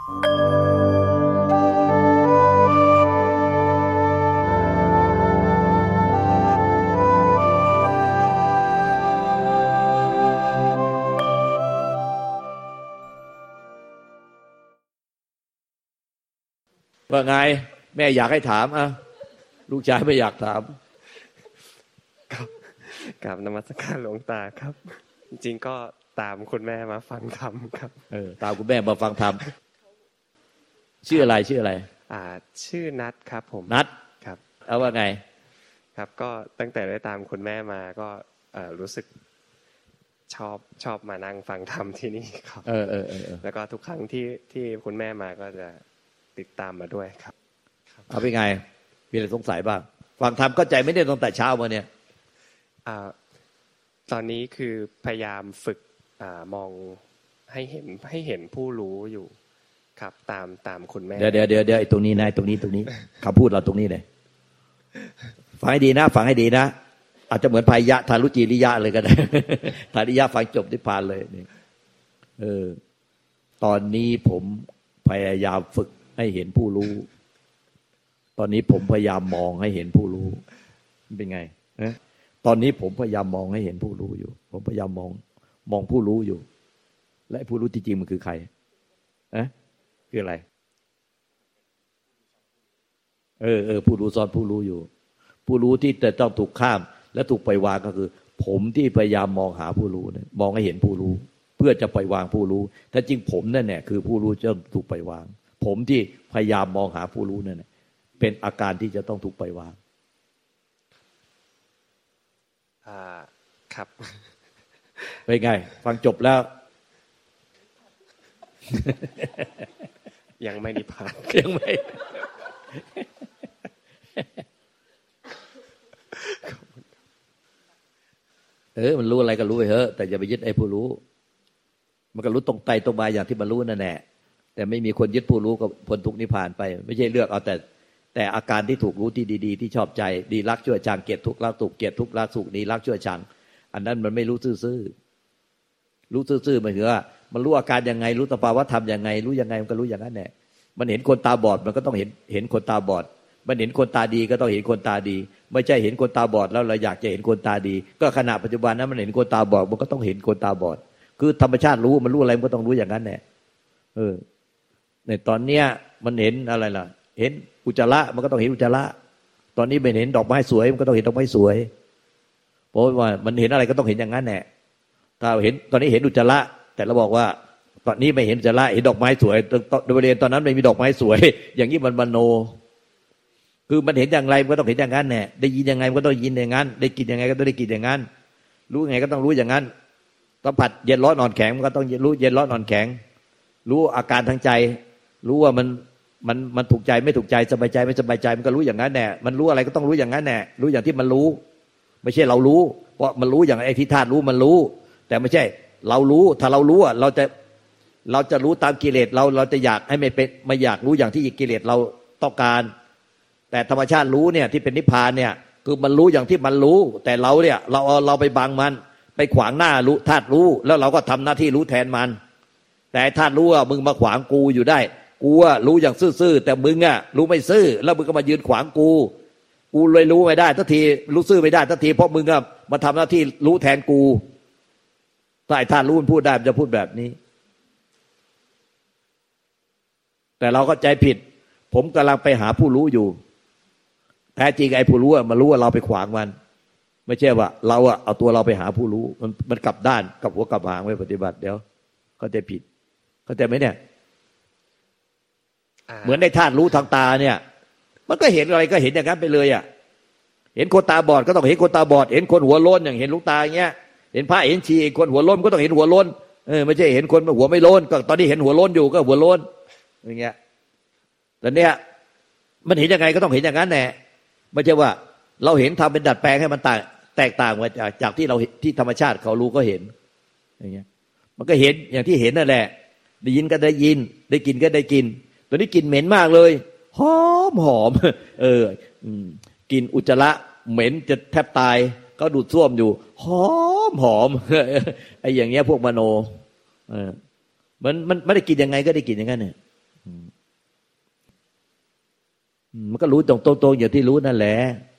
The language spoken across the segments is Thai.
ว่าไงแม่อยากให้ถามอ่ะลูกชายไม่อยากถามกราบนมัสการหลวงตาครับจริงๆก็ตามคุณแม่มาฟังธรรมครับตามคุณแม่มาฟังธรรมชื่ออะไรชื่อนัทครับผมนัทครับเอาว่าไงครับก็ตั้งแต่ได้ตามคุณแม่มาก็รู้สึกชอบมานั่งฟังธรรมที่นี่ครับแล้วก็ทุกครั้งที่คุณแม่มาก็จะติดตามมาด้วยครับเอาไปไงมีอะไรสงสัยบ้างฟังธรรมเข้าใจไม่ได้ตั้งแต่เช้ามาเนี่ยตอนนี้คือพยายามฝึกมองให้เห็นผู้รู้อยู่ครับตามคุณแม่เดี๋ยวไอ้ตรงนี้นะตรงนี้คำพูดเราตรงนี้เลยฟังให้ดีนะฟังให้ดีนะอาจจะเหมือนพายะทารุจีริยะเลยก็ได้ทาริยะฟังจบนิพพานเลยนี่ตอนนี้ผมพยายามฝึกให้เห็นผู้รู้ตอนนี้ผมพยายามมองให้เห็นผู้รู้เป็นไงตอนนี้ผมพยายามมองให้เห็นผู้รู้อยู่ผมพยายามมองผู้รู้อยู่และผู้รู้จริงๆมันคือใครคืออะไรผู้รู้ซ้อนผู้รู้อยู่ผู้รู้ที่จะต้องถูกข้ามและถูกปล่อยวางก็คือผมที่พยายามมองหาผู้รู้เนี่ยมองให้เห็นผู้รู้เพื่อจะปล่อยวางผู้รู้แต่จริงผมนั่นแหละคือผู้รู้จะถูกปล่อยวางผมที่พยายามมองหาผู้รู้นั่นแหละเป็นอาการที่จะต้องถูกปล่อยวางครับเป็นไงฟังจบแล้วยังไม่นิพพานยังไม่มันรู้อะไรก็รู้ไปเถอะแต่อย่าไปยึดไอ้ผู้รู้มันก็รู้ตรงไปตรงมาอย่างที่มันรู้นั่นแหละแต่ไม่มีคนยึดผู้รู้ก็พ้นทุกข์นิพพานไปไม่ใช่เลือกเอาแต่อาการที่ถูกรู้ที่ดีๆที่ชอบใจดีรักชั่วชังเกลียดทุกข์รักสุขเกลียดทุกข์รักสุขดีรักชั่วชังอันนั้นมันไม่รู้ซื่อๆรู้ซื่อๆหมายถึงว่ามันรู้อาการยังไงรู้สภาวะธรรมยังไงรู้ยังไงมันก็รู้อย่างนั้นแหละมันเห็นคนตาบอดมันก็ต้องเห็นคนตาบอดมันเห็นคนตาดีก็ต้องเห็นคนตาดีไม่ใช่เห็นคนตาบอดแล้วเราอยากจะเห็นคนตาดีก็ขณะปัจจุบันนั้นมันเห็นคนตาบอดมันก็ต้องเห็นคนตาบอดคือธรรมชาติรู้มันรู้อะไรมันก็ต้องรู้อย่างนั้นแหละในตอนเนี้ยมันเห็นอะไรล่ะเห็นอุจจาระมันก็ต้องเห็นอุจจาระตอนนี้ไม่เห็นดอกไม้สวยมันก็ต้องเห็นดอกไม้สวยเพราะว่ามันเห็นอะไรก็ต้องเห็นอย่างนั้นแหละถ้าเห็นตอนนี้เห็นอุจจาระแต่เราบอกว่าตอนนี้ไม่เห็นอุจจาระเห็นดอกไม้สวยโดยบริเวณตอนนั้นไม่มีดอกไม้สวยอย่างนี้มันมโนคือมันเห็นอย่างไรมันก็ต้องเห็นอย่างนั้นแหละได้ยินยังไงมันก็ต้องยินอย่างนั้นได้กินยังไงก็ต้องได้กินอย่างนั้นรู้ยังไงก็ต้องรู้อย่างนั้นสัมผัสเย็นร้อนอ่อนแข็งมันก็ต้องรู้เย็นร้อนอ่อนแข็งรู้อาการทางใจรู้ว่ามันถูกใจไม่ถูกใจสบายใจไม่สบายใจมันก็รู้อย่างนั้นแหละมันรู้อะไรก็ต้องรู้อย่างนั้นแหละรู้อย่างที่มันรู้ไม่ใช่เรารู้เพราะมันรู้อย่างไอ้ที่ธาตุรู้มันรู้แต่ไม่ใช่เรารู้ถ้าเรารู้เราจะรู้ตามกิเลสเราจะอยากให้ไม่อยากรู้อย่างที่กิเลสเราต้องการแต่ธรรมชาติรู้เนี่ยที่เป็นนิพพานเนี่ยคือมันรู้อย่างที่มันรู้แต่เราเนี่ยเราไปบังมันไปขวางหน้ารู้ธาตุรู้แล้วเราก็ทำหน้าที่รู้แทนมันแต่ธาตุรู้มึงมาขวางกูอยู่ได้กูรู้อย่างซื่อๆแต่มึงรู้ไม่ซื่อแล้วมึงก็มายืนขวางกูเลยรู้ไม่ได้ทันทีรู้ซื่อไม่ได้ทันทีเพราะมึงมาทำหน้าที่รู้แทนกูถ้าไอ้ธาตุรู้มันพูดได้มันจะพูดแบบนี้แต่เราก็ใจผิดผมกำลังไปหาผู้รู้อยู่แท้จริงไอ้ผู้รู้มันรู้ว่าเราไปขวางมันไม่ใช่ว่าเราเอาตัวเราไปหาผู้รู้มันกลับด้านกลับหัวกลับหางไม่ปฏิบัติเดี๋ยวเข้าใจผิดเข้าใจไหมเนี่ยเหมือนในธาตุรู้ทางตาเนี่ยมันก็เห็นอะไรก็เห็นอย่างนั้นไปเลยเห็นคนตาบอดก็ต้องเห็นคนตาบอดเห็นคนหัวโล้นอย่างเห็นลูกตาอย่างเงี้ยเห็นพระเห็นชีคนหัวโล้นก็ต้องเห็นหัวโล้นไม่ใช่เห็นคนหัวไม่โล้นก็ตอนนี้เห็นหัวโล้นอยู่ก็หัวโล้นอย่างเงี้ยแต่เนี้ยมันเห็นยังไงก็ต้องเห็นอย่างนั้นแหละไม่ใช่ว่าเราเห็นทำเป็นดัดแปลงให้มันแตกต่างจากที่เราที่ธรรมชาติเขารู้ก็เห็นอย่างเงี้ยมันก็เห็นอย่างที่เห็นนั่นแหละได้ยินก็ได้ยินได้กินก็ได้กินตัวนี้กลิ่นเหม็นมากเลยหอมกินอุจจาระเหม็นจะแทบตายก็ดูดซ่วมอยู่หอมไอ้อย่างเงี้ยพวกมโนมันไม่ได้กินยังไงก็ได้กินอย่างนั้นเนี่ยมันก็รู้ตรงๆอย่างที่รู้นั่นแหละ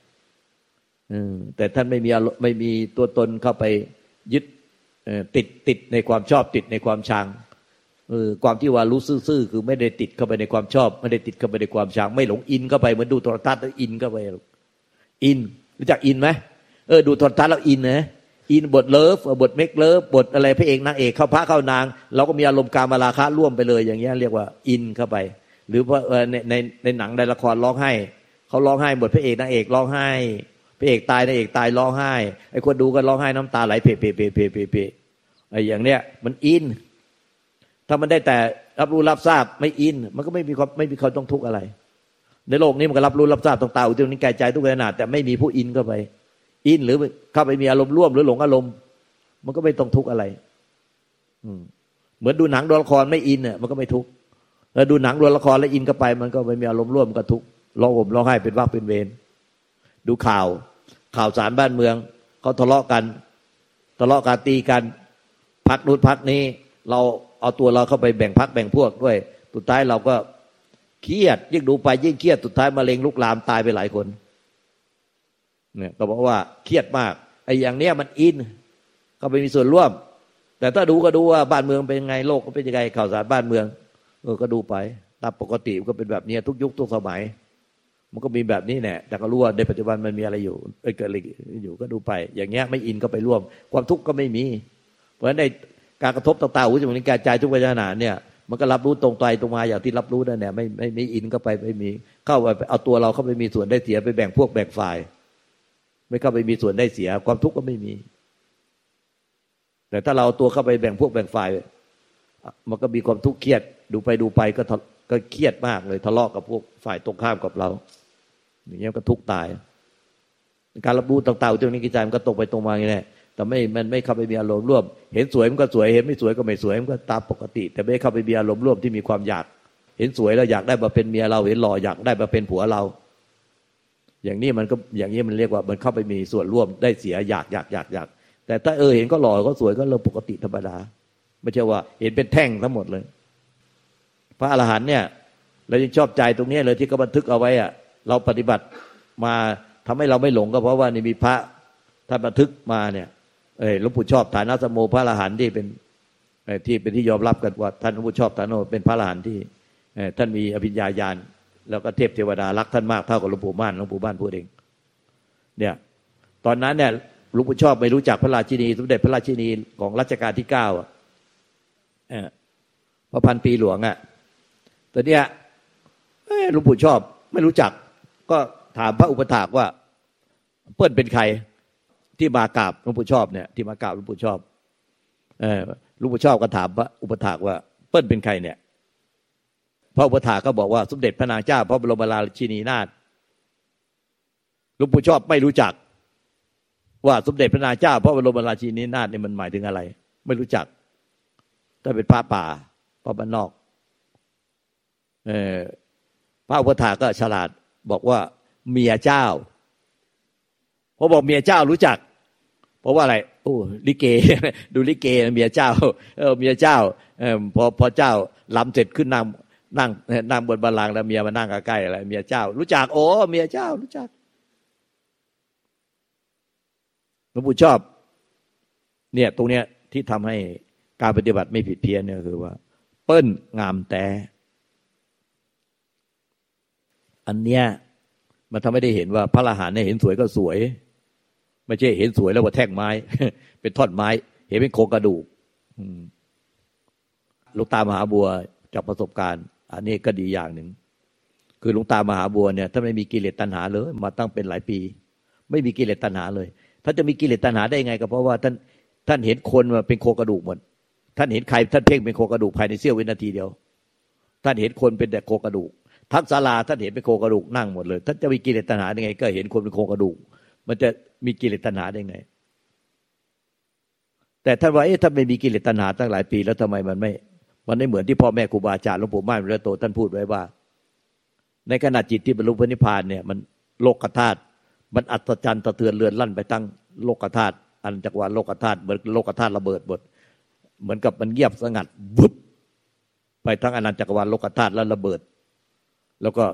แต่ท่านไม่มีตัวตนเข้าไปยึดติดในความชอบติดในความชังความที่ว่ารู้ซื่อๆคือไม่ได้ติดเข้าไปในความชอบไม่ได้ติดเข้าไปในความชังไม่หลงอินเข้าไปเหมือนดูโทรทัศน์แล้วอินเข้าไปอินรู้จักอินไหมดูโทรทัศน์แล้วอินนะอินบทเลิฟบทเมคเลิฟบทอะไรพระเอกนางเอกเข้าพระเข้านางเราก็มีอารมณ์กามราคะร่วมไปเลยอย่างเงี้ยเรียกว่าอินเข้าไปหรือว่าในหนังในละครร้องไห้เขาร้องไห้บทพระเอกนางเอกร้องไห้พระเอกตายนางเอกตายร้องไห้ไอ้คนดูก็ร้องไห้น้ำตาไหลเพไอ้อย่างเนี้ยมันอินถ้ามันได้แต่รับรู้รับทราบไม่อินมันก็ไม่มีเขาต้องทุกข์อะไรในโลกนี้มันก็รับรู้รับทราบต่างๆอุทิศนิกายใจทุกขณะแต่ไม่มีผู้อินเข้าไปอินหรือเข้าไปมีอารมณ์ร่วมหรือหลงอารมณ์มันก็ไม่ต้องทุกข์อะไรเหมือนดูหนังดูละครไม่อินเนี่ยมันก็ไม่ทุกข์แล้วดูหนังดูละครแล้วอินเข้าไปมันก็ไม่มีอารมณ์ร่วมก็ทุกข์ร้องห่มร้องไห้เป็นวรรคเป็นเวรดูข่าวสารบ้านเมืองเขาทะเลาะกันตีกันพักนู้นพักนี้เราเอาตัวเราเข้าไปแบ่งพรรคแบ่งพวกด้วยสุดท้ายเราก็เครียดยิ่งดูไปยิ่งเครียดสุดท้ายมะเร็งลุกลามตายไปหลายคนเนี่ยก็บอกว่าเครียดมากไอ้อย่างเนี้ยมันอินเข้าไปมีส่วนร่วมแต่ถ้าดูก็ดูว่าบ้านเมืองเป็นยังไงโลกก็เป็นยังไงข่าวสารบ้านเมืองก็ดูไปตามปกติก็เป็นแบบนี้ทุกยุคทุกสมัยมันก็มีแบบนี้แหละแต่ก็รู้ว่าในปัจจุบันมันมีอะไรอยู่เกิดอะไรอยู่ก็ดูไปอย่างเงี้ยไม่อินก็ไปร่วมความทุกข์ก็ไม่มีเพราะฉะนั้นในการกระทบต่างๆหูจมูกลิ้นกายใจทุกวิญญาณเนี่ยมันก็รับรู้ตรงไปตรงมาอย่างที่รับรู้นั่นแหละไม่อินก็ไปไม่มีเข้าไปเอาตัวเราเข้าไปมีส่วนได้เสียไปแบ่งพวกแบ่งฝ่ายไม่เข้าไปมีส่วนได้เสียความทุกข์ก็ไม่มีแต่ถ้าเราตัวเข้าไปแบ่งพวกแบ่งฝ่ายมันก็มีความทุกข์เครียดดูไปก็เครียดมากเลยทะเลาะกับพวกฝ่ายตรงข้ามกับเราอย่างเงี้ยก็ทุกข์ตายการรับรู้ต่างๆตรงนี้กิจใจมันก็ตรงไปตรงมาอย่างนี้แต่มันไม่เข้าไปมีอารมณ์ร่วมเห็นสวยมันก็สวยเห็นไม่สวยก็ไม่สวยมันก็ตามปกติแต่ไม่เข้าไปมีอารมณ์ร่วมที่มีความอยากเห็นสวยแล้วอยากได้มาเป็นเมียเราเห็นหล่ออยากได้มาเป็นผัวเราอย่างนี้มันก็อย่างนี้มันเรียกว่ามันเข้าไปมีส่วนร่วมได้เสียอยากแต่ถ้าเห็นก็หล่อก็สวยก็เรื่องปกติธรรมดาไม่ใช่ว่าเห็นเป็นแท่งทั้งหมดเลยพระอรหันต์เนี่ยเรายังชอบใจตรงนี้เลยที่เขาบันทึกเอาไว้อะเราปฏิบัติมาทำให้เราไม่หลงก็เพราะว่านี่มีพระท่านบันทึกมาเนี่ยหลวงปู่ชอบฐานะสมโภพระอรหันต์ที่เป็นที่ยอมรับกันว่าท่านหลวงปู่ชอบฐานะเป็นพระอรหันต์ที่ท่านมีอภิญญาญาณแล้วก็เทพเทวดารักท่านมากเท่ากับหลวงปู่ม่านพูดเองเนี่ยตอนนั้นเนี่ยหลวงปู่ชอบไม่รู้จักพระราชินีสมเด็จพระราชินีของรัชกาลที่9พระพันปีหลวงตอนเนี้ยหลวงปู่ชอบไม่รู้จักก็ถามพระอุปถากว่าเปิ้ลเป็นใครที่มากราบหลวงปู่ชอบเนี่ยที่มากราบหลวงปู่ชอบหลวงปู่ชอบก็ถามพระอุปถากว่าเปิ้ลเป็นใครเนี่ยพระอุปถากก็บอกว่าสมเด็จพระนางเจ้าพระบรมราชินีนาถหลวงปู่ชอบไม่รู้จักว่าสมเด็จพระนางเจ้าพระบรมราชินีนาถนี่มันหมายถึงอะไรไม่รู้จักถ้าเป็นพระป่าพระบ้านนอกพระอุปถากก็ฉลาดบอกว่าเมียเจ้าพอบอกเมียเจ้ารู้จักเพราะว่าอะไรโอ้ลิเกดูลิเกเมียเจ้าเมียเจ้าพอเจ้าล้ำเสร็จขึ้นนั่งบนบัลลังก์แล้วเมียมานั่งใกล้ๆอะไรเมียเจ้ารู้จักโอ้เมียเจ้ารู้จักหลวงปู่ชอบเนี่ยตรงเนี้ยที่ทำให้การปฏิบัติไม่ผิดเพี้ยนเนี่ยคือว่าเปิ้ลงามแต่อันเนี้ยมันทำให้ได้เห็นว่าพระอรหันต์เนี่ยเห็นสวยก็สวยไม่ใช่เห็นสวยแล้วว่าแท่งไม้เป็นท่อนไม้เห็นเป็นโครงกระดูกหลวงตามหาบัวจากประสบการณ์อันนี้ก็ดีอย่างหนึ่งคือหลวงตามหาบัวเนี่ยถ้าไม่มีกิเลสตัณหาเลยมาตั้งเป็นหลายปีไม่มีกิเลสตัณหาเลยถ้าจะมีกิเลสตัณหาได้ยังไงก็เพราะว่าท่านเห็นคนมาเป็นโครงกระดูกหมดท่านเห็นใครท่านเพ่งเป็นโครงกระดูกภายในเสี้ยววินาทีเดียวท่านเห็นคนเป็นแต่โครงกระดูกทั้งศาลาท่านเห็นเป็นโครงกระดูกนั่งหมดเลยท่านจะมีกิเลสตัณหาได้ไงก็เห็นคนเป็นโครงกระดูกมันจะมีกิเลสตัณหาได้ไงแต่ท่านว่าท่านไม่มีกิเลสตัณหาตั้งหลายปีแล้วทำไมมันไม่เหมือนที่พ่อแม่ครูบาอาจารย์หลวงปู่ม่านวิรัตโตท่านพูดไว้ว่าในขณะจิตที่บรรลุพระนิพพานเนี่ยมันโลกธาตุมันอัศจรรย์สะเทือนเรือนลั่นไปตั้งโลกธาตุอันจักรวาลโลกธาตุเหมือนโลกธาตุระเบิดหมดเหมือนกับมันเงียบสงัดวุบไปทั้งอนันตจักรวาลโลกธาตุแล้วระเบิดแล้วก็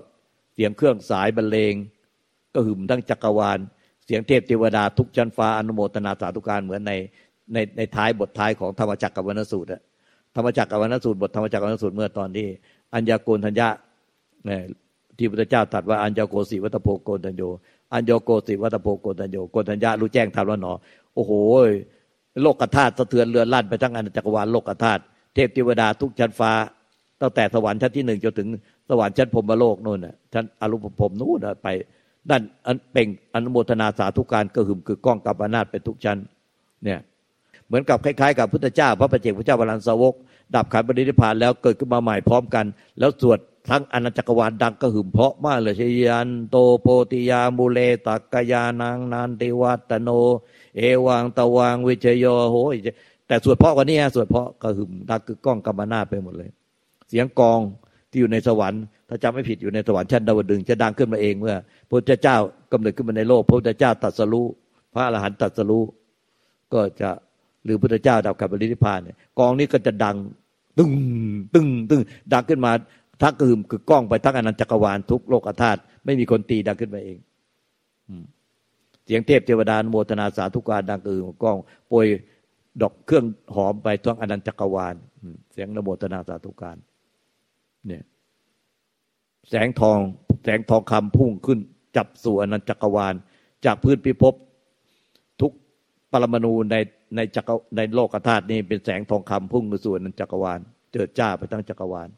เสียงเครื่องสายบรรเลงก็หึ่มทั้งจักรวาลเสียงเทพเทวดาทุกชั้นฟ้าอนุโมทนาสาธุการเหมือนในท้ายบทท้ายของธรรมจักรกับวรรณสูตรธรรมจักรกับวรรณสูตรบทธรรมจักรกับวรรณสูตรเมื่อตอนที่อัญญโกณทัญญะที่พระเจ้าตรัสว่าอัญญโกสิวัตโพโกณทัญโญอัญญโกสิวัตโพโกณทัญโญโกณทัญญะรู้แจ้งธรรมแล้วหนอโอ้โหโลกธาตุสะเทือนเรือนลั่นไปทั้งอนันตจักรวาลโลกธาตุเทพเทวดาทุกชั้นฟ้าตั้งแต่สวรรค์ชั้นที่1จนถึงสวรรค์ชั้นพรหมโลกนู่นน่ะชั้นอรูปภพนู่นไปนั่นเป่งอนุโมทนาสาธุการกระหึ่มกึกก้องกับอำนาจเป็นทุกชั้นเนี่ยเหมือนกับคล้ายๆกับพุทธเจ้าพระปัจเจกพุทธเจ้าบาลันสาวกดับขันธ์ปรินิพพานแล้วเกิดขึ้นมาใหม่พร้อมกันแล้วสวดทั้งอนันตจักรวาลดังกระหึ่มเพราะมากเลยชยันโตโพธิยามุเลตักกยานังนันติวัตโนเอวังตวังวิเชโยโหแต่สวดเพราะกว่านี้สวดเพราะกระหึ่มดังกึกก้องกับอำนาจไปหมดเลยเสียงกองที่อยู่ในสวรรค์ถ้าจำไม่ผิดอยู่ในสวรรค์ชั้นดาวดึงส์จะดังขึ้นมาเองเมื่อพระพุทธเจ้ากำเนิดขึ้นมาในโลกพระพุทธเจ้าตรัสรู้พระอรหันต์ตรัสรู้ก็จะหรือพระพุทธเจ้าดับขันธ์ปรินิพพานเนี่ยกองนี้ก็จะดังตึ้งตึ้งตึ้งดังขึ้นมาทั้งกระหึ่มกึกก้องไปทั้งอนันตจักรวาลทุกโลกธาตุไม่มีคนตีดังขึ้นมาเองเสียงเทพเทวดาโมทนาสาธุการดังกระหึ่มกึกก้องโปรยดอกเครื่องหอมไปทั้งอนันตจักรวาลเสียงโมทนาสาธุการเนี่ยแสงทองคำพุ่งขึ้นจับสู่อนันตจักรวาลจากพื้นพิภพทุกปรมาณูในโลกธาตุนี้เป็นแสงทองคำพุ่งขึ้นสู่อนันตจักรวาลเจิดจ้าไปทั้งจักรวาล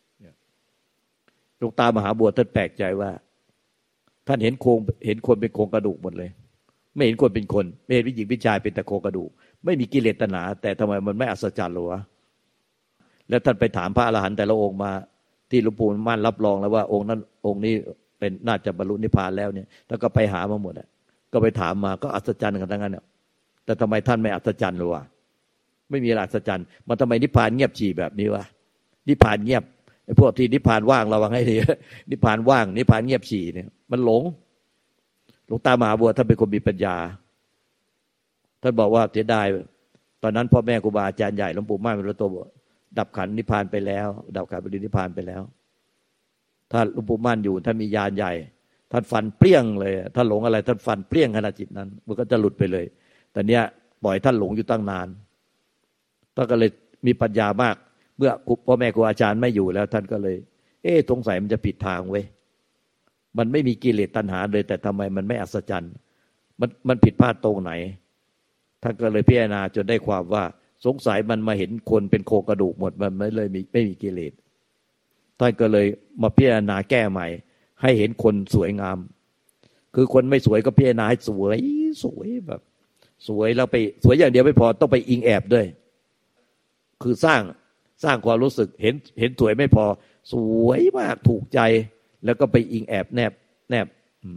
หลวงตามหาบัวท่านแปลกใจว่าท่านเห็นคนเป็นโครงกระดูกหมดเลยไม่เห็นคนเป็นคนไม่เห็นวิหญิงวิชายเป็นแต่โครงกระดูกไม่มีกิเลสตัณหาแต่ทำไมมันไม่อัศจรรย์หรอวะแล้วท่านไปถามพระอรหันต์แต่ละองค์มาที่หลวงปู่มั่นรับรองแล้วว่าองค์นั้นองค์นี้เป็นน่าจะบรรลุนิพพานแล้วเนี่ยแล้วก็ไปหามาหมดก็ไปถามมาก็อัศจรรย์กันทั้งนั้นเนี่ยแต่ทำไมท่านไม่อัศจรรย์หรอวะไม่มีอะไรอัศจรรย์มันทำไมนิพพานเงียบฉี่แบบนี้วะนิพพานเงียบไอ้พวกที่นิพพานว่างระวังให้ดีนิพพานว่างนิพพานเงียบฉี่เนี่ยมันหลงหลวงตามหาบัวท่านเป็นคนมีปัญญาท่านบอกว่าเสียดายตอนนั้นพ่อแม่ครูบาอาจารย์ใหญ่หลวงปู่มั่นเป็นพระโตดับขันธ์นิพพานไปแล้วดับขันธ์ปรินิพพานไปแล้วถ้าหลวงปู่มั่นอยู่ท่านมีญาณใหญ่ท่านฟันเปรี้ยงเลยถ้าหลงอะไรท่านฟันเปรี้ยงขณะจิตนั้นมันก็จะหลุดไปเลยแต่เนี้ยปล่อยท่านหลงอยู่ตั้งนานท่านก็เลยมีปัญญามากเมื่อพ่อแม่ครูอาจารย์ไม่อยู่แล้วท่านก็เลยสงสัยมันจะผิดทางเว้ยมันไม่มีกิเลสตัณหาเลยแต่ทำไมมันไม่อัศจรรย์มันผิดพลาดตรงไหนท่านก็เลยพิจารณาจนได้ความว่าสงสัยมันมาเห็นคนเป็นโครงกระดูกหมดมันไม่มีกิเลสท่านก็เลยมาพิจารณาแก้ใหม่ให้เห็นคนสวยงามคือคนไม่สวยก็พิจารณาให้สวยแบบสวยแล้วไปสวยอย่างเดียวไม่พอต้องไปอิงแอบด้วยคือสร้างความรู้สึกเห็นสวยไม่พอสวยมากถูกใจแล้วก็ไปอิงแอบแนบ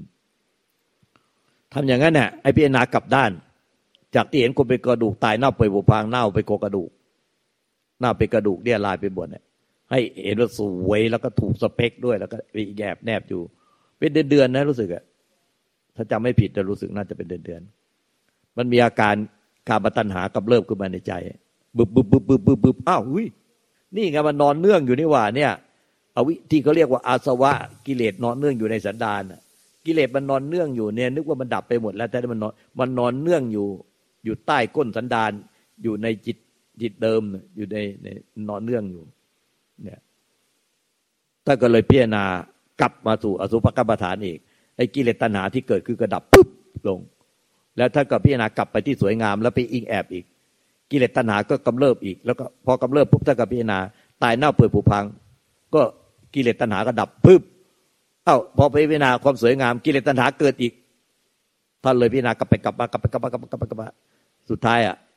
ทำอย่างนั้นเนี่ยไอ้พิจารณากลับด้านจากที่เห็นคนเป็นกระดูกตายเน่าไปผุพังเน่าไปโครงกระดูกเน่าไปกระดูกเนี่ยลายไปหมดเนี่ยให้เห็นว่าสวยแล้วก็ถูกสเปคด้วยแล้วก็ไปอิงแอบแนบอยู่เป็นเดือนนะรู้สึกอะถ้าจำไม่ผิดจะรู้สึกน่าจะเป็นเดือนมันมีอาการกามตัณหากำเริบขึ้นมาในใจบึบอ้าวนี่ไงมันนอนเนื่องอยู่นี่หว่าเนี่ยเอาที่เขาเรียกว่าอาสวะกิเลสนอนเนื่องอยู่ในสันดานกิเลสมันนอนเนื่องอยู่เนี่ยนึกว่ามันดับไปหมดแล้วแต่มันนอนเนื่องอยู่ใต้ก้นสันดานอยู่ในจิตเดิมอยู่ในนอนเนื่องอยู่เนี่ยถ้าก็เลยพิจารณากลับมาสู่อสุภกรรมฐานอีกไอ้กิเลสตัณหาที่เกิดขึ้นก็ดับปุ๊บลงแล้วถ้าก็พิจารณากลับไปที่สวยงามแล้วไปอิงแอบอีกกิเลสตัณหาก็กำเริบอีกแล้วก็พอกำเริบปุ๊บถ้าก็พิจารณาตายเน่าเปื่อยผุพังก็กิเลสตัณหาก็ดับปุ๊บพอไปพิจารณาความสวยงามกิเลสตัณหาเกิดอีกท่านเลยพิจารณากลับไปสุดท้าย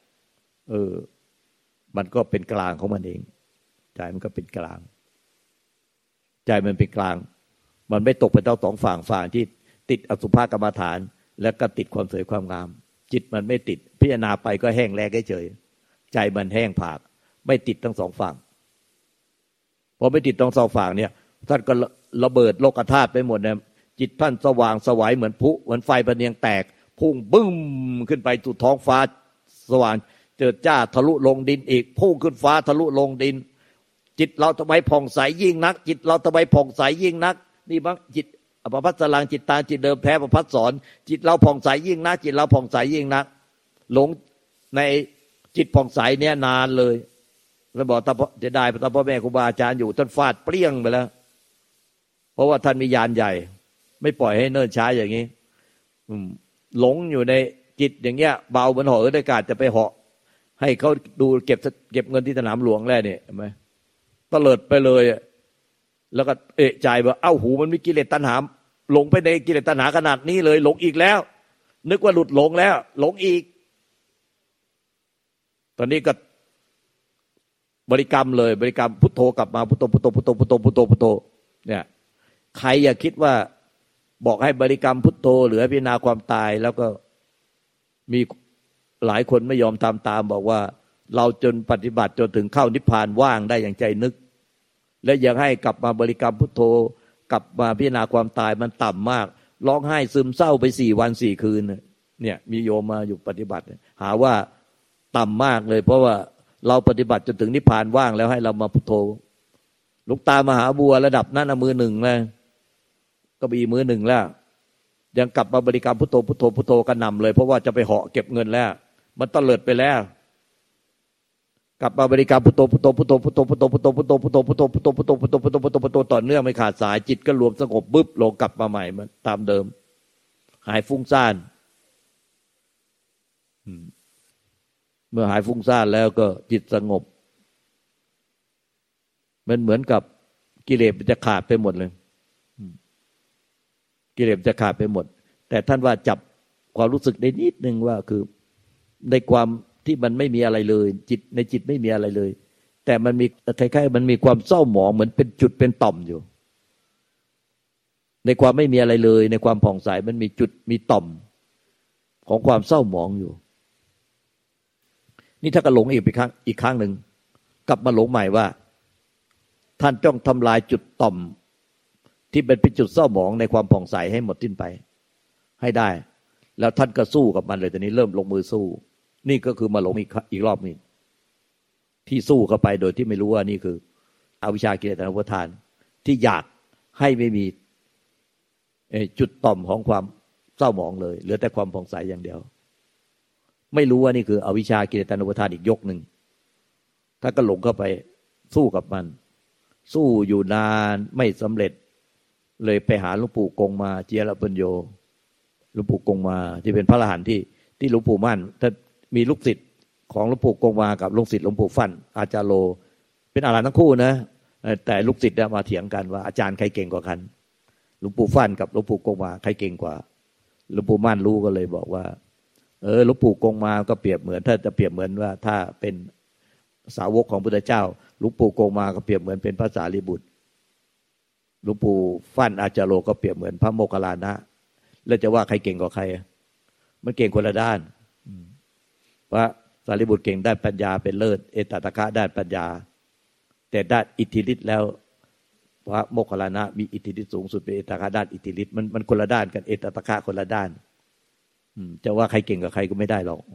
มันก็เป็นกลางของมันเองใจมันก็เป็นกลางใจมันเป็นกลางมันไม่ตกไปทั้งสองฝั่งที่ติดอสุภกรรมฐานแล้วก็ติดความสวยความงามจิตมันไม่ติดพิจารณาไปก็แห้งแล้งเฉยใจมันแห้งผากไม่ติดทั้งสองฝั่งพอไม่ติดทั้งสองฝั่งเนี่ยท่านก็ระเบิดโลกธาตุไปหมดเนี่ยจิตท่านสว่างสวัยเหมือนพลุเหมือนไฟประเนียงแตกพุ่งบึ้มขึ้นไปสู่ท้องฟ้าสว่างเจิดจ้าทะลุลงดินอีกพุ่งขึ้นฟ้าทะลุลงดินจิตเราทำไมผ่องใสยิ่งนักจิตเราทำไมผ่องใสยิ่งนักนี่บ้างจิตประภัสสรังจิตตาจิตเดิมแท้ประภัสสรจิตเราผ่องใสยิ่งนักจิตเราผ่องใสยิ่งนักหลงในจิตผ่องใสเนี่ยนานเลยแล้วบอกจะได้ตาพ่อแม่ครูบาอาจารย์อยู่ท่านฟาดเปรี้ยงไปแล้วเพราะว่าท่านมีญาณใหญ่ไม่ปล่อยให้เนิ่นช้าอย่างนี้หลงอยู่ในจิตอย่างเงี้ยเบาเหมือนเหาะอากาศจะไปเหาะให้เขาดูเก็บเงินที่สนามหลวงแล้วเนี่ยเห็นไหมตะเลิดไปเลยแล้วก็เอะใจว่าเอ้าหูมันมีกิเลสตัณหาหลงไปในกิเลสตัณหาขนาดนี้เลยหลงอีกแล้วนึกว่าหลุดหลงแล้วหลงอีกตอนนี้ก็บริกรรมเลยบริกรรมพุทโธกลับมาพุทโธพุทโธพุทโธพุทโธพุทโธพุทโธเนี่ยใครอย่าคิดว่าบอกให้บริกรรมพุทโธหรือพิจารณาความตายแล้วก็มีหลายคนไม่ยอมทำตามบอกว่าเราจนปฏิบัติจนถึงเข้านิพพานว่างได้อย่างใจนึกและอยากให้กลับมาบริกรรมพุทโธกลับมาพิจารณาความตายมันต่ำมากร้องไห้ซึมเศร้าไป4 วัน 4 คืนเนี่ยมีโยมมาอยู่ปฏิบัติหาว่าต่ำมากเลยเพราะว่าเราปฏิบัติจนถึงนิพพานว่างแล้วให้เรามาพุทโธหลวงตามหาบัวระดับนั้นมือหนึ่งเลยก็บีมือหนึ่งแล้วยังกลับมาบริกรรมพุทโธพุทโธพุทโธกันนำเลยเพราะว่าจะไปเหาะเก็บเงินแล้วมันตะเลิดไปแล้วกลับมาบริกรรมพุทโธพุทโธพุทโธพุทโธพุทโธพุทโธพุทโธพุทโธพุทโธพุทโธพุทโธพุทโธพุทโธพุทโธพุทโธต่อเนื่องไม่ขาดสายจิตก็รวมสงบบึ๊บลงกลับมาใหม่มันตามเดิมหายฟุ้งซ่านเมื่อหายฟุ้งซ่านแล้วก็จิตสงบมันเหมือนกับกิเลสมันจะขาดไปหมดเลยกิเลสจะขาดไปหมดแต่ท่านว่าจับความรู้สึกได้นิดนึงว่าคือในความที่มันไม่มีอะไรเลยจิตในจิตไม่มีอะไรเลยแต่มันมีคล้ายๆมันมีความเศร้าหมองเหมือนเป็นจุดเป็นต่อมอยู่ในความไม่มีอะไรเลยในความผ่องใสมันมีจุดมีต่อมของความเศร้าหมองอยู่นี่ถ้าก็หลงอีกครั้งหนึ่งกลับมาหลงใหม่ว่าท่านจ้องทำลายจุดต่อมที่เป็นจุดเศร้าหมองในความผ่องใสให้หมดสิ้นไปให้ได้แล้วท่านก็สู้กับมันเลยตอนนี้เริ่มลงมือสู้นี่ก็คือมาหลงอีกรอบนึงที่สู้เข้าไปโดยที่ไม่รู้ว่านี่คืออวิชชากิเลสตัณหาอุปาทานที่อยากให้ไม่มีจุดต่อมของความเศร้าหมองเลยเหลือแต่ความผ่องใสอย่างเดียวไม่รู้ว่านี่คืออวิชชากิเลสตัณหาอุปาทานอีกยกนึงถ้าก็หลงเข้าไปสู้กับมันสู้อยู่นานไม่สำเร็จเลยไปหาหลวงปู่กงมาเจียรปัญโยหลวงปู่กงมาที่เป็นพระอรหันต์ที่หลวงปู่มั่นถ้ามีลูกศิษย์ของหลวงปู่กงมากับลูกศิษย์หลวงปู่ฟั่นอาจารย์โลเป็นอรหันต์ทั้งคู่นะแต่ลูกศิษย์มาเถียงกันว่าอาจารย์ใครเก่งกว่ากันหลวงปู่ฟั่นกับหลวงปู่กงมาใครเก่งกว่าหลวงปู่มั่นรู้ก็เลยบอกว่าหลวงปู่กงมาก็เปรียบเหมือนถ้าจะเปรียบเหมือนว่าถ้าเป็นสาวกของพุทธเจ้าหลวงปู่กงมาก็เปรียบเหมือนเป็นพระสารีบุตรหลวงปู่ฟั่นอาจารย์โลก็เปรียบเหมือนพระโมคคัลลานะแล้วจะว่าใครเก่งกว่าใครมันเก่งคนละด้านพระสารีบุตรเก่งด้านปัญญาเป็นเลิศเอตตะคะด้านปัญญาแต่ด้านอิทธิฤทธิ์แล้วพระโมคคัลลานะมีอิทธิฤทธิ์สูงสุดเป็นเอตตะคะด้านอิทธิฤทธิ์มันคนละด้านกันเอตตะคะคนละด้านจะว่าใครเก่งกว่าใครก็ไม่ได้หรอก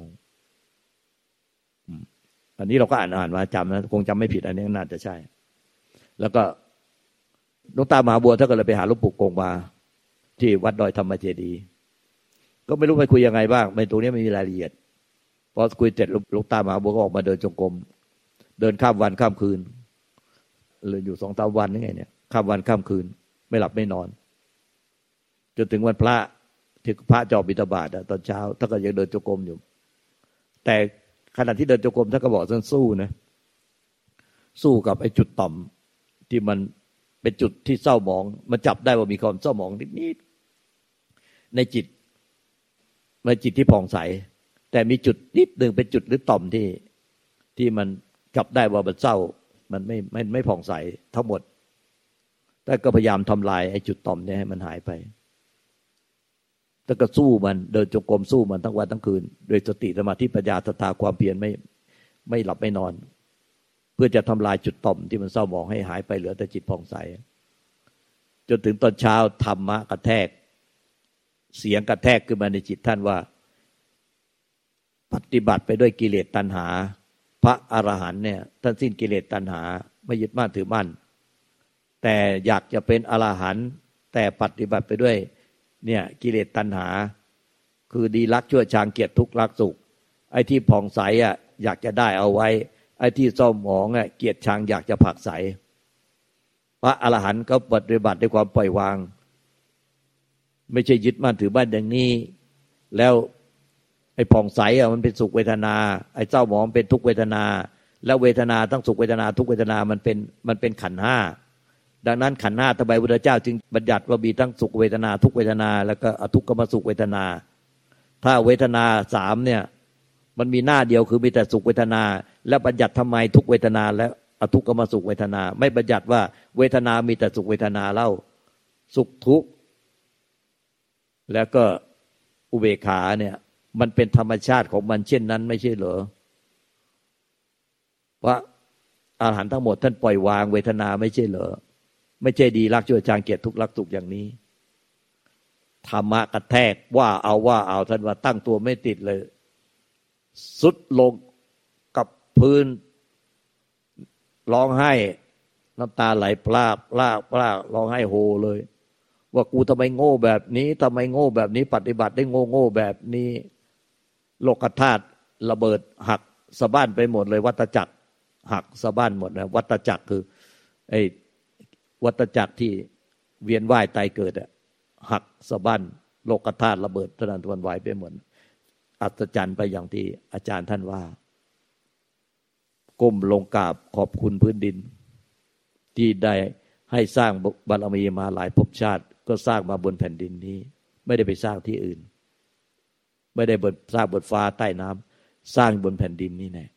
อันนี้เราก็อ่านมาจำนะคงจำไม่ผิดอันนี้น่าจะใช่แล้วก็หลวงตามหาบัวถ้าเกิดเราไปหาหลวงปู่กงมาที่วัดดอยธรรมเจดีย์ก็ไม่รู้ไปคุยยังไงบ้างในตรงนี้ไม่มีรายละเอียดพอคุยเสร็จหลวงตามหาบัวก็ออกมาเดินจงกรมเดินข้ามวันข้ามคืนเลยอยู่2-3 วันนี่ไงเนี่ยข้ามวันข้ามคืนไม่หลับไม่นอนจนถึงวันพระที่พระจอบบิณฑบาตตอนเช้าท่านก็ยังเดินจงกรมอยู่แต่ขณะที่เดินจงกรมท่านก็บอกท่านสู้นะสู้กับไอ้จุดต่ำที่มันเป็นจุดที่เศร้าหมองมันจับได้ว่ามีความเศร้าหมองนิดๆในจิตที่ผ่องใสแต่มีจุดนิดนึงเป็นจุดหรือต่อมที่มันจับได้ว่ามันเศร้ามันไม่ผ่องใสทั้งหมดแต่ก็พยายามทำลายไอ้จุดต่อมนี้ให้มันหายไปแต่ก็สู้มันเดินจงกรมสู้มันทั้งวันทั้งคืนโดยสติสมาธิปัญญาศรัทธาความเพียรไม่หลับไม่นอนเพื่อจะทำลายจุดต่อมที่มันเศร้าหมองให้หายไปเหลือแต่จิตผ่องใสจนถึงตอนเช้าธรรมะกระแทกเสียงกระแทกขึ้นมาในจิตท่านว่าปฏิบัติไปด้วยกิเลสตัณหาพระอรหันต์เนี่ยท่านสิ้นกิเลสตัณหาไม่ยึดมั่นถือมั่นแต่อยากจะเป็นอรหันต์แต่ปฏิบัติไปด้วยเนี่ยกิเลสตัณหาคือดีรักชั่วชังเกลียดทุกข์รักสุขไอ้ที่ผ่องใสอ่ะอยากจะได้เอาไว้ไอ้ที่เศร้าหมองอ่ะเกลียดชังอยากจะผลักไสพระอรหันต์ก็ปฏิบัติด้วยความปล่อยวางไม่ใช่ยึดมั่นถือมั่นอย่างนี้แล้วไอ้ผ่องใสอ่ะมันเป็นสุขเวทนาไอ้เศร้าหมองเป็นทุกขเวทนาแล้วเวทนาทั้งสุขเวทนาทุกเวทนามันเป็นขันธ์ห้าดังนั้นขันธ์ห้าทำไมพระพุทธเจ้าจึงบัญญัติว่ามีทั้งสุขเวทนาทุกเวทนาแล้วก็อทุกขมสุขเวทนาถ้าเวทนาสามเนี่ยมันมีหน้าเดียวคือมีแต่สุขเวทนาแล้วบัญญัติทำไมทุกเวทนาและอทุกขมสุขเวทนาไม่บัญญัติว่าเวทนามีแต่สุขเวทนาเล่าสุขทุกข์แล้วก็อุเบกขาเนี่ยมันเป็นธรรมชาติของมันเช่นนั้นไม่ใช่เหรอว่าอรหันต์ทั้งหมดท่านปล่อยวางเวทนาไม่ใช่เหรอไม่ใช่ดีรักชั่วชังเกลียดทุกข์รักสุขอย่างนี้ธรรมะกระแทกว่าเอาท่านว่าตั้งตัวไม่ติดเลยสุดลงกับพื้นร้องไห้น้ำตาไหลพรากร้องไห้โฮเลยว่ากูทำไมโง่แบบนี้ทำไมโง่แบบนี้ปฏิบัติได้โง่แบบนี้โลกธาตุระเบิดหักสะบั้นไปหมดเลยวัฏจักรหักสะบั้นหมดนะวัฏจักรคือไอ้วัฏจักรที่เวียนว่ายตายเกิดอะหักสะบั้นโลกธาตุระเบิดทะนานทวนไหวไปหมดอัศจรรย์ไปอย่างที่อาจารย์ท่านว่าก้มลงกราบขอบคุณพื้นดินที่ได้ให้สร้างบารมีมาหลายภพชาติก็สร้างมาบนแผ่นดินนี้ไม่ได้ไปสร้างที่อื่นไม่ได้สร้างบนฟ้าใต้น้ำสร้างบนแผ่นดินนี้แน่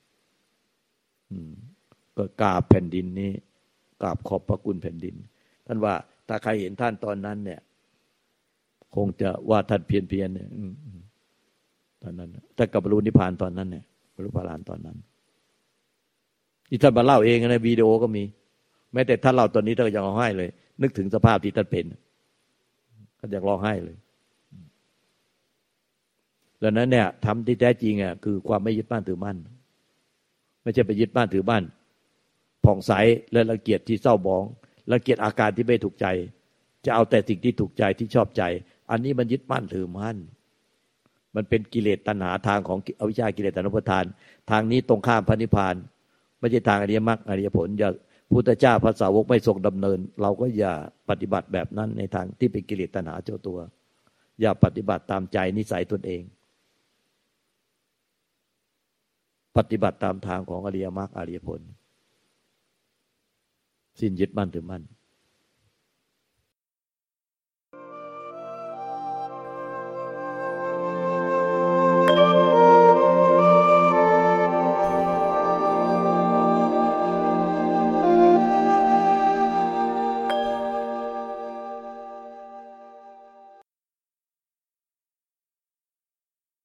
ก็กราบแผ่นดินนี้กราบขอบพระคุณแผ่นดินท่านว่าถ้าใครเห็นท่านตอนนั้นเนี่ยคงจะว่าท่านเพียรเนี่ยตอนนั้นถ้ากับบรรลุนิพพานตอนนั้นเนี่ยบรรลุพระอรหันต์ตอนนั้นที่ท่านมาเล่าเองในวิดีโอก็มีแม้แต่ท่านเล่าตอนนี้ท่านก็ยังร้องไห้เลยนึกถึงสภาพที่ท่านเป็นท่านยังร้องไห้เลยดังนั้นเนี่ยทำที่แท้จริงอ่ะคือความไม่ยึดมั่นถือมั่นไม่ใช่ไปยึดมั่นถือมั่นผ่องใสและรังเกียจที่เศร้าหมองรังเกียจอาการที่ไม่ถูกใจจะเอาแต่สิ่งที่ถูกใจที่ชอบใจอันนี้มันยึดมั่นถือมั่นมันเป็นกิเลสตัณหาทางของอวิชชากิเลสตัณหาอุปทานทางนี้ตรงข้ามพระนิพพานไม่ใช่ทางอริยมรรคอริยผลอย่าพุทธเจ้าพระสาวกไม่ทรงดำเนินเราก็อย่าปฏิบัติแบบนั้นในทางที่เป็นกิเลสตัณหาเจ้าตัวอย่าปฏิบัติตามใจนิสัยตนเองปฏิบัติตามทางของอริยมรรคอริยผลสิ้นยึดมั่นถือมั่น